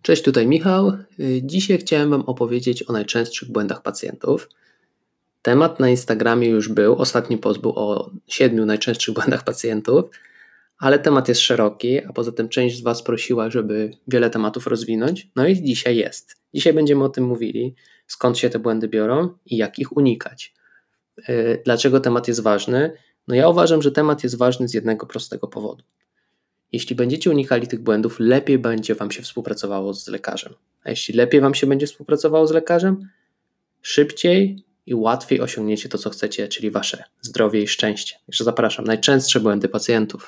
Cześć, tutaj Michał. Dzisiaj chciałem Wam opowiedzieć o najczęstszych błędach pacjentów. Temat na Instagramie już był, ostatni post był o 7 najczęstszych błędach pacjentów, ale temat jest szeroki, a poza tym część z Was prosiła, żeby wiele tematów rozwinąć, no i dzisiaj jest. Dzisiaj będziemy o tym mówili, skąd się te błędy biorą i jak ich unikać. Dlaczego temat jest ważny? No ja uważam, że temat jest ważny z jednego prostego powodu. Jeśli będziecie unikali tych błędów, lepiej będzie Wam się współpracowało z lekarzem. A jeśli lepiej Wam się będzie współpracowało z lekarzem, szybciej i łatwiej osiągniecie to, co chcecie, czyli Wasze zdrowie i szczęście. Także zapraszam, najczęstsze błędy pacjentów.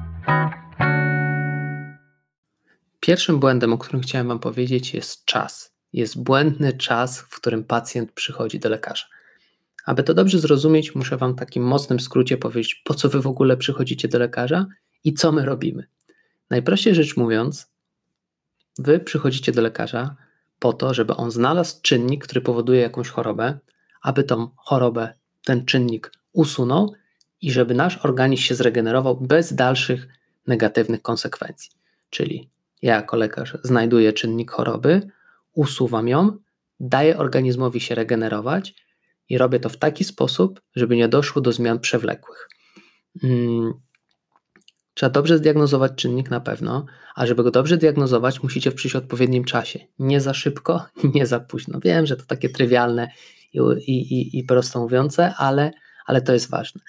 Pierwszym błędem, o którym chciałem Wam powiedzieć, jest czas. Jest błędny czas, w którym pacjent przychodzi do lekarza. Aby to dobrze zrozumieć, muszę Wam w takim mocnym skrócie powiedzieć, po co Wy w ogóle przychodzicie do lekarza i co my robimy. Najprościej rzecz mówiąc, Wy przychodzicie do lekarza po to, żeby on znalazł czynnik, który powoduje jakąś chorobę, aby tą chorobę, ten czynnik usunął i żeby nasz organizm się zregenerował bez dalszych negatywnych konsekwencji. Czyli ja jako lekarz znajduję czynnik choroby, usuwam ją, daję organizmowi się regenerować i robię to w taki sposób, żeby nie doszło do zmian przewlekłych. Trzeba dobrze zdiagnozować czynnik na pewno, a żeby go dobrze diagnozować, musicie przyjść w odpowiednim czasie. Nie za szybko, nie za późno. Wiem, że to takie trywialne i prosto mówiące, ale to jest ważne.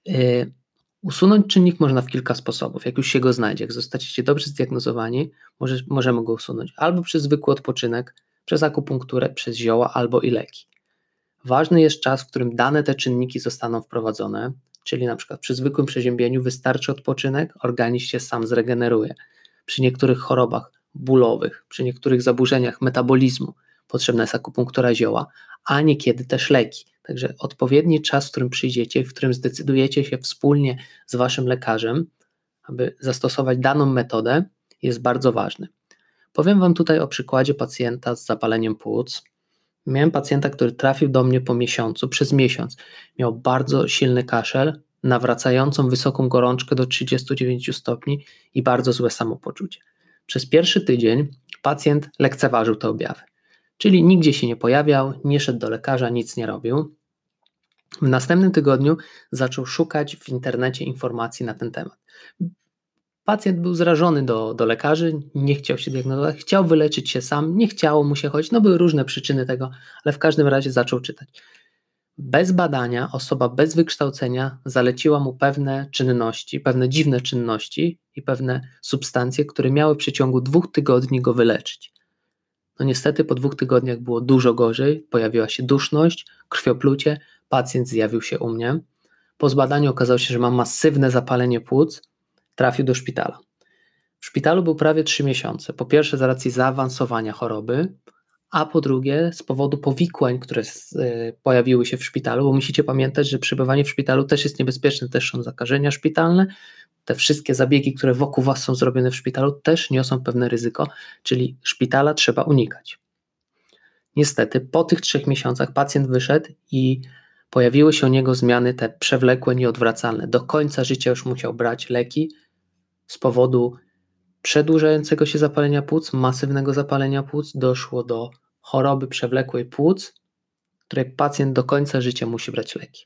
Usunąć czynnik można w kilka sposobów. Jak już się go znajdzie, jak zostaniecie dobrze zdiagnozowani, możemy go usunąć albo przez zwykły odpoczynek, przez akupunkturę, przez zioła albo i leki. Ważny jest czas, w którym dane te czynniki zostaną wprowadzone, czyli na przykład przy zwykłym przeziębieniu wystarczy odpoczynek, organizm się sam zregeneruje. Przy niektórych chorobach bólowych, przy niektórych zaburzeniach metabolizmu potrzebna jest akupunktura zioła, a niekiedy też leki. Także odpowiedni czas, w którym przyjdziecie, w którym zdecydujecie się wspólnie z Waszym lekarzem, aby zastosować daną metodę, jest bardzo ważny. Powiem Wam tutaj o przykładzie pacjenta z zapaleniem płuc. Miałem pacjenta, który trafił do mnie po miesiącu, przez miesiąc. Miał bardzo silny kaszel, nawracającą wysoką gorączkę do 39 stopni i bardzo złe samopoczucie. Przez pierwszy tydzień pacjent lekceważył te objawy, czyli nigdzie się nie pojawiał, nie szedł do lekarza, nic nie robił. W następnym tygodniu zaczął szukać w internecie informacji na ten temat. Pacjent był zrażony do lekarzy, nie chciał się diagnozować, chciał wyleczyć się sam, nie chciało mu się chodzić, były różne przyczyny tego, ale w każdym razie zaczął czytać. Bez badania osoba bez wykształcenia zaleciła mu pewne czynności, pewne dziwne czynności i pewne substancje, które miały w przeciągu 2 tygodni go wyleczyć. No niestety po 2 tygodniach było dużo gorzej, pojawiła się duszność, krwioplucie, pacjent zjawił się u mnie. Po zbadaniu okazało się, że ma masywne zapalenie płuc, trafił do szpitala. W szpitalu był prawie 3 miesiące. Po pierwsze z racji zaawansowania choroby, a po drugie z powodu powikłań, które pojawiły się w szpitalu, bo musicie pamiętać, że przebywanie w szpitalu też jest niebezpieczne, też są zakażenia szpitalne, te wszystkie zabiegi, które wokół Was są zrobione w szpitalu, też niosą pewne ryzyko, czyli szpitala trzeba unikać. Niestety po tych 3 miesiącach pacjent wyszedł i pojawiły się u niego zmiany te przewlekłe, nieodwracalne. Do końca życia już musiał brać leki z powodu przedłużającego się zapalenia płuc, masywnego zapalenia płuc, doszło do choroby przewlekłej płuc, której pacjent do końca życia musi brać leki.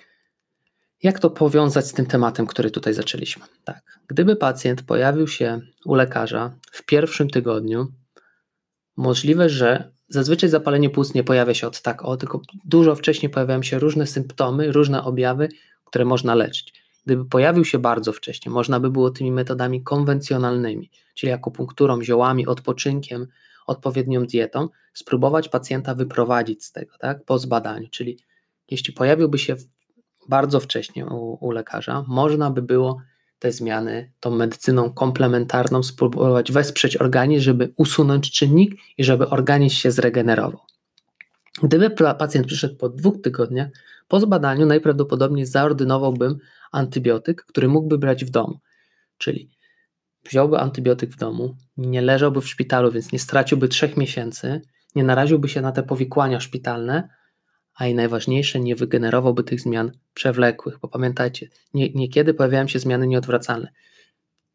Jak to powiązać z tym tematem, który tutaj zaczęliśmy? Tak, gdyby pacjent pojawił się u lekarza w pierwszym tygodniu, możliwe, że zazwyczaj zapalenie płuc nie pojawia się tylko dużo wcześniej pojawiają się różne symptomy, różne objawy, które można leczyć. Gdyby pojawił się bardzo wcześnie, można by było tymi metodami konwencjonalnymi, czyli akupunkturą, ziołami, odpoczynkiem, odpowiednią dietą, spróbować pacjenta wyprowadzić z tego, tak, po zbadaniu. Czyli jeśli pojawiłby się bardzo wcześnie u lekarza, można by było te zmiany tą medycyną komplementarną spróbować wesprzeć organizm, żeby usunąć czynnik i żeby organizm się zregenerował. Gdyby pacjent przyszedł po 2 tygodniach, po zbadaniu najprawdopodobniej zaordynowałbym antybiotyk, który mógłby brać w domu. Czyli wziąłby antybiotyk w domu, nie leżałby w szpitalu, więc nie straciłby 3 miesięcy, nie naraziłby się na te powikłania szpitalne, a i najważniejsze, nie wygenerowałby tych zmian przewlekłych, bo pamiętajcie, niekiedy pojawiają się zmiany nieodwracalne.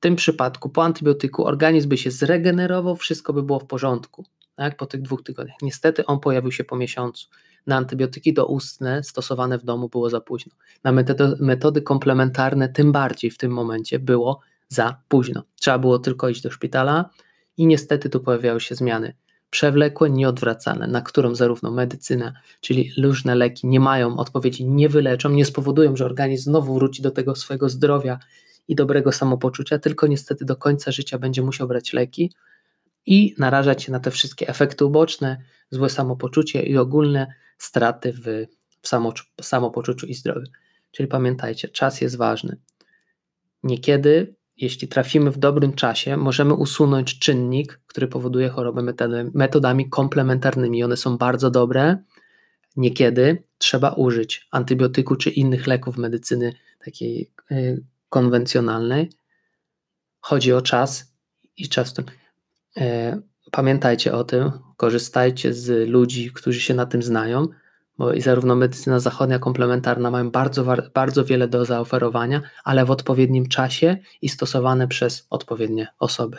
tym przypadku po antybiotyku organizm by się zregenerował, wszystko by było w porządku, tak? Po tych 2 tygodniach. Niestety on pojawił się po miesiącu. Na antybiotyki doustne stosowane w domu było za późno. Na metody komplementarne tym bardziej w tym momencie było za późno. Trzeba było tylko iść do szpitala i niestety tu pojawiały się zmiany przewlekłe, nieodwracalne, na którą zarówno medycyna, czyli różne leki nie mają odpowiedzi, nie wyleczą, nie spowodują, że organizm znowu wróci do tego swojego zdrowia i dobrego samopoczucia, tylko niestety do końca życia będzie musiał brać leki i narażać się na te wszystkie efekty uboczne, złe samopoczucie i ogólne straty w samopoczuciu i zdrowiu. Czyli pamiętajcie, czas jest ważny. Niekiedy, jeśli trafimy w dobrym czasie, możemy usunąć czynnik, który powoduje chorobę metodami komplementarnymi. One są bardzo dobre. Niekiedy trzeba użyć antybiotyku czy innych leków medycyny takiej konwencjonalnej. Chodzi o czas i czas. Pamiętajcie o tym, korzystajcie z ludzi, którzy się na tym znają, bo i zarówno medycyna zachodnia, komplementarna mają bardzo wiele do zaoferowania, ale w odpowiednim czasie i stosowane przez odpowiednie osoby.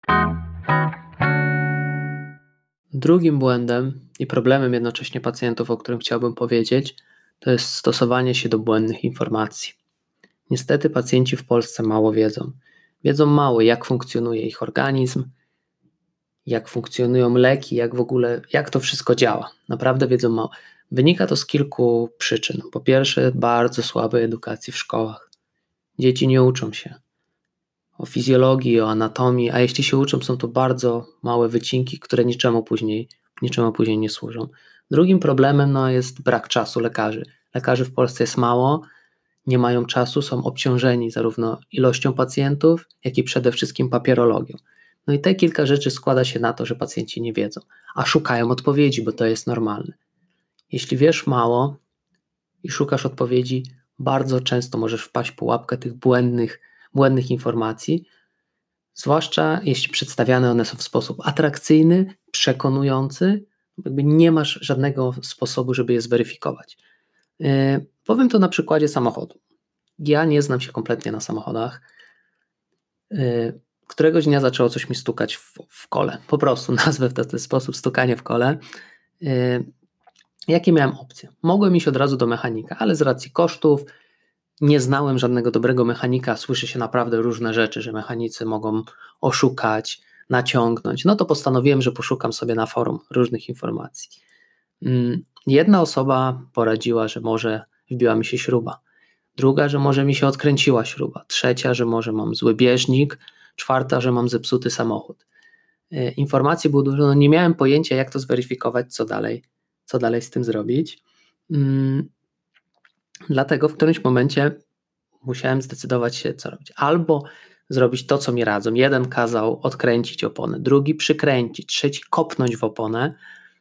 Drugim błędem i problemem jednocześnie pacjentów, o którym chciałbym powiedzieć, to jest stosowanie się do błędnych informacji. Niestety pacjenci w Polsce mało wiedzą. Wiedzą mało, jak funkcjonuje ich organizm, jak funkcjonują leki, jak to wszystko działa. Naprawdę wiedzą mało. Wynika to z kilku przyczyn. Po pierwsze, bardzo słabej edukacji w szkołach. Dzieci nie uczą się o fizjologii, o anatomii, a jeśli się uczą, są to bardzo małe wycinki, które niczemu później nie służą. Drugim problemem jest brak czasu lekarzy. Lekarzy w Polsce jest mało, nie mają czasu, są obciążeni zarówno ilością pacjentów, jak i przede wszystkim papierologią. I te kilka rzeczy składa się na to, że pacjenci nie wiedzą, a szukają odpowiedzi, bo to jest normalne. Jeśli wiesz mało i szukasz odpowiedzi, bardzo często możesz wpaść w pułapkę tych błędnych informacji, zwłaszcza jeśli przedstawiane one są w sposób atrakcyjny, przekonujący, nie masz żadnego sposobu, żeby je zweryfikować. Powiem to na przykładzie samochodu. Ja nie znam się kompletnie na samochodach. Któregoś dnia zaczęło coś mi stukać w kole. Po prostu nazwę w ten sposób, stukanie w kole. Jakie miałem opcje? Mogłem iść od razu do mechanika, ale z racji kosztów nie znałem żadnego dobrego mechanika. Słyszy się naprawdę różne rzeczy, że mechanicy mogą oszukać, naciągnąć. To postanowiłem, że poszukam sobie na forum różnych informacji. Jedna osoba poradziła, że może wbiła mi się śruba. Druga, że może mi się odkręciła śruba. Trzecia, że może mam zły bieżnik. Czwarta, że mam zepsuty samochód. Informacji było dużo, nie miałem pojęcia, jak to zweryfikować, co dalej z tym zrobić. Dlatego w którymś momencie musiałem zdecydować się, co robić. Albo zrobić to, co mi radzą. Jeden kazał odkręcić oponę, drugi przykręcić, trzeci kopnąć w oponę.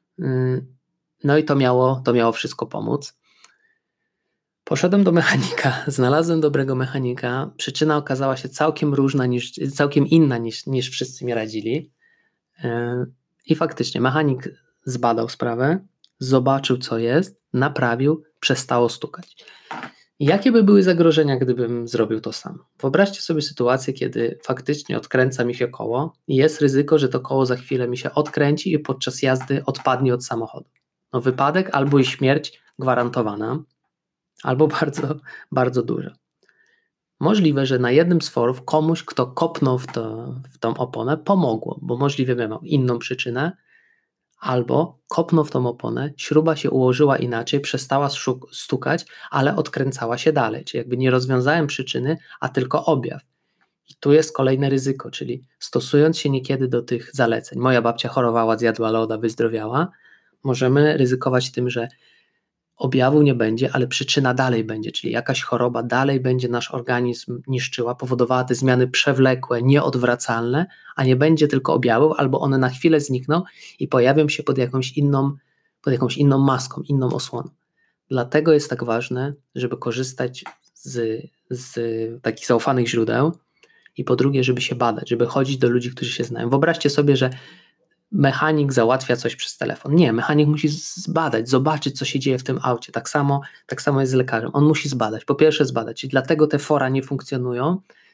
I to miało wszystko pomóc. Poszedłem do mechanika, znalazłem dobrego mechanika. Przyczyna okazała się całkiem inna niż wszyscy mi radzili. I faktycznie mechanik zbadał sprawę, zobaczył, co jest, naprawił, przestało stukać. Jakie by były zagrożenia, gdybym zrobił to sam? Wyobraźcie sobie sytuację, kiedy faktycznie odkręca mi się koło i jest ryzyko, że to koło za chwilę mi się odkręci i podczas jazdy odpadnie od samochodu. Wypadek albo i śmierć gwarantowana, albo bardzo, bardzo duża. Możliwe, że na jednym z forów komuś, kto kopnął w tą oponę, pomogło, bo możliwe, że miał inną przyczynę, albo kopnął w tą oponę, śruba się ułożyła inaczej, przestała stukać, ale odkręcała się dalej. Czyli nie rozwiązałem przyczyny, a tylko objaw. I tu jest kolejne ryzyko, czyli stosując się niekiedy do tych zaleceń. Moja babcia chorowała, zjadła loda, wyzdrowiała. Możemy ryzykować tym, że objawu nie będzie, ale przyczyna dalej będzie, czyli jakaś choroba dalej będzie nasz organizm niszczyła, powodowała te zmiany przewlekłe, nieodwracalne, a nie będzie tylko objawów, albo one na chwilę znikną i pojawią się pod jakąś inną maską, inną osłoną. Dlatego jest tak ważne, żeby korzystać z takich zaufanych źródeł i po drugie, żeby się badać, żeby chodzić do ludzi, którzy się znają. Wyobraźcie sobie, że mechanik załatwia coś przez telefon. Nie, mechanik musi zbadać, zobaczyć, co się dzieje w tym aucie. Tak samo jest z lekarzem. On musi zbadać. Po pierwsze zbadać. I dlatego te fora nie funkcjonują.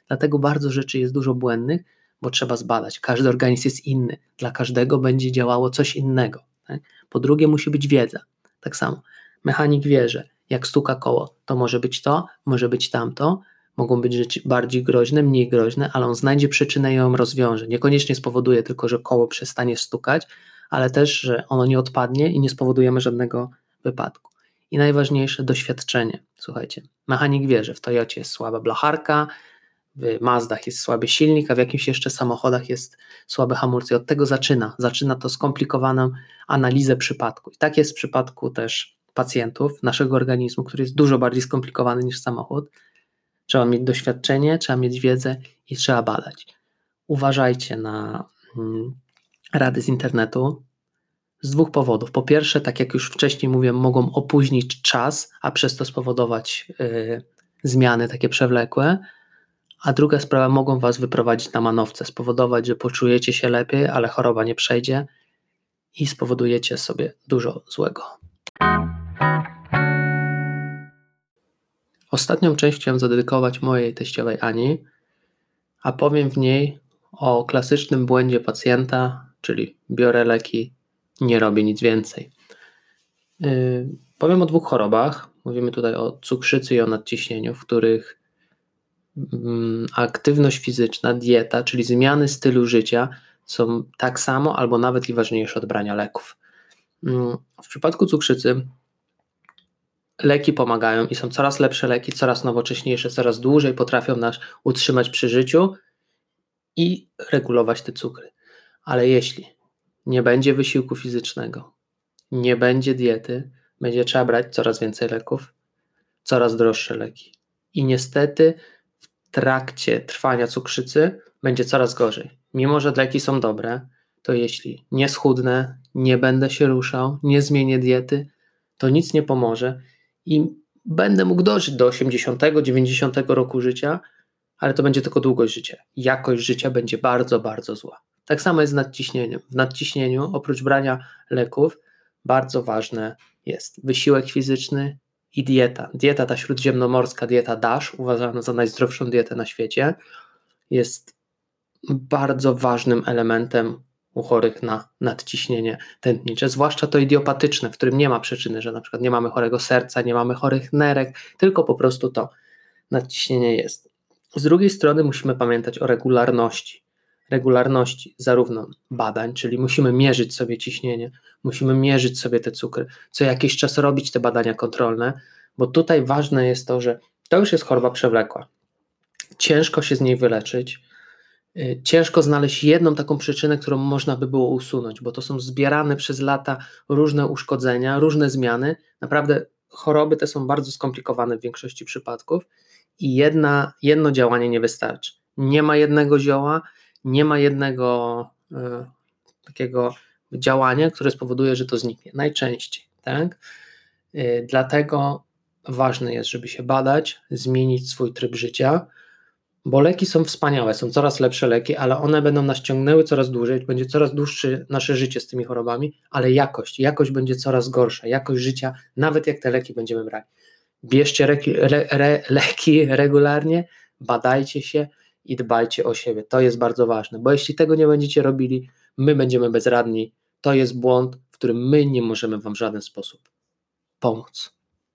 Dlatego bardzo rzeczy jest dużo błędnych, bo trzeba zbadać. Każdy organizm jest inny. Dla każdego będzie działało coś innego. Tak? Po drugie musi być wiedza. Tak samo. Mechanik wie, że jak stuka koło, to może być to, może być tamto, mogą być rzeczy bardziej groźne, mniej groźne, ale on znajdzie przyczynę i ją rozwiąże. Niekoniecznie spowoduje tylko, że koło przestanie stukać, ale też, że ono nie odpadnie i nie spowodujemy żadnego wypadku. I najważniejsze, doświadczenie. Słuchajcie, mechanik wie, że w Toyocie jest słaba blacharka, w Mazdach jest słaby silnik, a w jakimś jeszcze samochodach jest słabe hamulce. I od tego zaczyna to skomplikowaną analizę przypadku. I tak jest w przypadku też pacjentów, naszego organizmu, który jest dużo bardziej skomplikowany niż samochód. Trzeba mieć doświadczenie, trzeba mieć wiedzę i trzeba badać. Uważajcie na rady z internetu z dwóch powodów. Po pierwsze, tak jak już wcześniej mówiłem, mogą opóźnić czas, a przez to spowodować zmiany takie przewlekłe. A druga sprawa, mogą was wyprowadzić na manowce, spowodować, że poczujecie się lepiej, ale choroba nie przejdzie i spowodujecie sobie dużo złego. Ostatnią część chciałem zadedykować mojej teściowej Ani, a powiem w niej o klasycznym błędzie pacjenta, czyli biorę leki, nie robię nic więcej. Powiem o dwóch chorobach. Mówimy tutaj o cukrzycy i o nadciśnieniu, w których aktywność fizyczna, dieta, czyli zmiany stylu życia są tak samo albo nawet i ważniejsze od brania leków. W przypadku cukrzycy leki pomagają i są coraz lepsze leki, coraz nowocześniejsze, coraz dłużej potrafią nas utrzymać przy życiu i regulować te cukry. Ale jeśli nie będzie wysiłku fizycznego, nie będzie diety, będzie trzeba brać coraz więcej leków, coraz droższe leki. I niestety w trakcie trwania cukrzycy będzie coraz gorzej. Mimo że leki są dobre, to jeśli nie schudnę, nie będę się ruszał, nie zmienię diety, to nic nie pomoże i będę mógł dożyć do 80-90 roku życia, ale to będzie tylko długość życia. Jakość życia będzie bardzo, bardzo zła. Tak samo jest z nadciśnieniem. W nadciśnieniu, oprócz brania leków, bardzo ważne jest wysiłek fizyczny i dieta. Dieta ta śródziemnomorska, dieta DASH, uważana za najzdrowszą dietę na świecie, jest bardzo ważnym elementem u chorych na nadciśnienie tętnicze, zwłaszcza to idiopatyczne, w którym nie ma przyczyny, że na przykład nie mamy chorego serca, nie mamy chorych nerek, tylko po prostu to nadciśnienie jest. Z drugiej strony musimy pamiętać o regularności zarówno badań, czyli musimy mierzyć sobie ciśnienie, musimy mierzyć sobie te cukry, co jakiś czas robić te badania kontrolne, bo tutaj ważne jest to, że to już jest choroba przewlekła. Ciężko się z niej wyleczyć, ciężko znaleźć jedną taką przyczynę, którą można by było usunąć, bo to są zbierane przez lata różne uszkodzenia, różne zmiany. Naprawdę choroby te są bardzo skomplikowane w większości przypadków i jedno działanie nie wystarczy. Nie ma jednego zioła, nie ma jednego takiego działania, które spowoduje, że to zniknie. Najczęściej, tak? Dlatego ważne jest, żeby się badać, zmienić swój tryb życia, bo leki są wspaniałe, są coraz lepsze leki, ale one będą nas ciągnęły coraz dłużej, będzie coraz dłuższe nasze życie z tymi chorobami, ale jakość będzie coraz gorsza, jakość życia, nawet jak te leki będziemy brali. Bierzcie leki regularnie, badajcie się i dbajcie o siebie. To jest bardzo ważne, bo jeśli tego nie będziecie robili, my będziemy bezradni. To jest błąd, w którym my nie możemy wam w żaden sposób pomóc.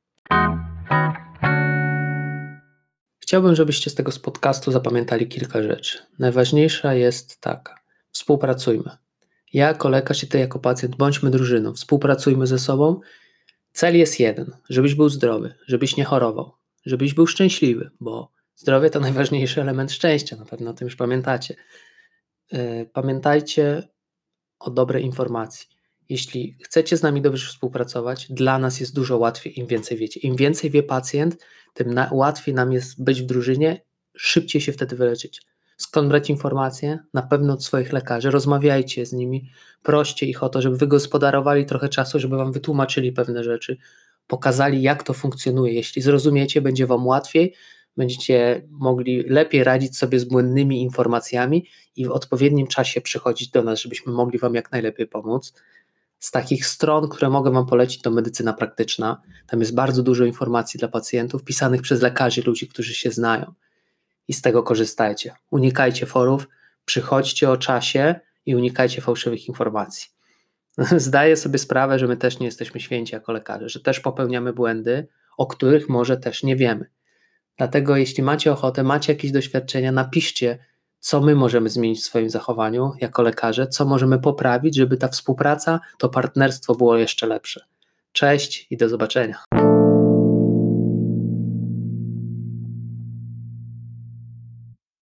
Chciałbym, żebyście z tego podcastu zapamiętali kilka rzeczy. Najważniejsza jest taka: współpracujmy. Ja jako lekarz i ty jako pacjent bądźmy drużyną, współpracujmy ze sobą. Cel jest jeden, żebyś był zdrowy, żebyś nie chorował, żebyś był szczęśliwy, bo zdrowie to najważniejszy element szczęścia, na pewno o tym już pamiętacie. Pamiętajcie o dobrej informacji. Jeśli chcecie z nami dobrze współpracować, dla nas jest dużo łatwiej, im więcej wiecie. Im więcej wie pacjent, tym łatwiej nam jest być w drużynie, szybciej się wtedy wyleczyć. Skąd brać informacje? Na pewno od swoich lekarzy. Rozmawiajcie z nimi, proście ich o to, żeby wygospodarowali trochę czasu, żeby wam wytłumaczyli pewne rzeczy, pokazali, jak to funkcjonuje. Jeśli zrozumiecie, będzie wam łatwiej, będziecie mogli lepiej radzić sobie z błędnymi informacjami i w odpowiednim czasie przychodzić do nas, żebyśmy mogli wam jak najlepiej pomóc. Z takich stron, które mogę wam polecić, to Medycyna Praktyczna. Tam jest bardzo dużo informacji dla pacjentów, pisanych przez lekarzy, ludzi, którzy się znają. i z tego korzystajcie. Unikajcie forów, przychodźcie o czasie i unikajcie fałszywych informacji. Zdaję sobie sprawę, że my też nie jesteśmy święci jako lekarze, że też popełniamy błędy, o których może też nie wiemy. Dlatego jeśli macie ochotę, macie jakieś doświadczenia, napiszcie, co my możemy zmienić w swoim zachowaniu jako lekarze, co możemy poprawić, żeby ta współpraca, to partnerstwo było jeszcze lepsze. Cześć i do zobaczenia.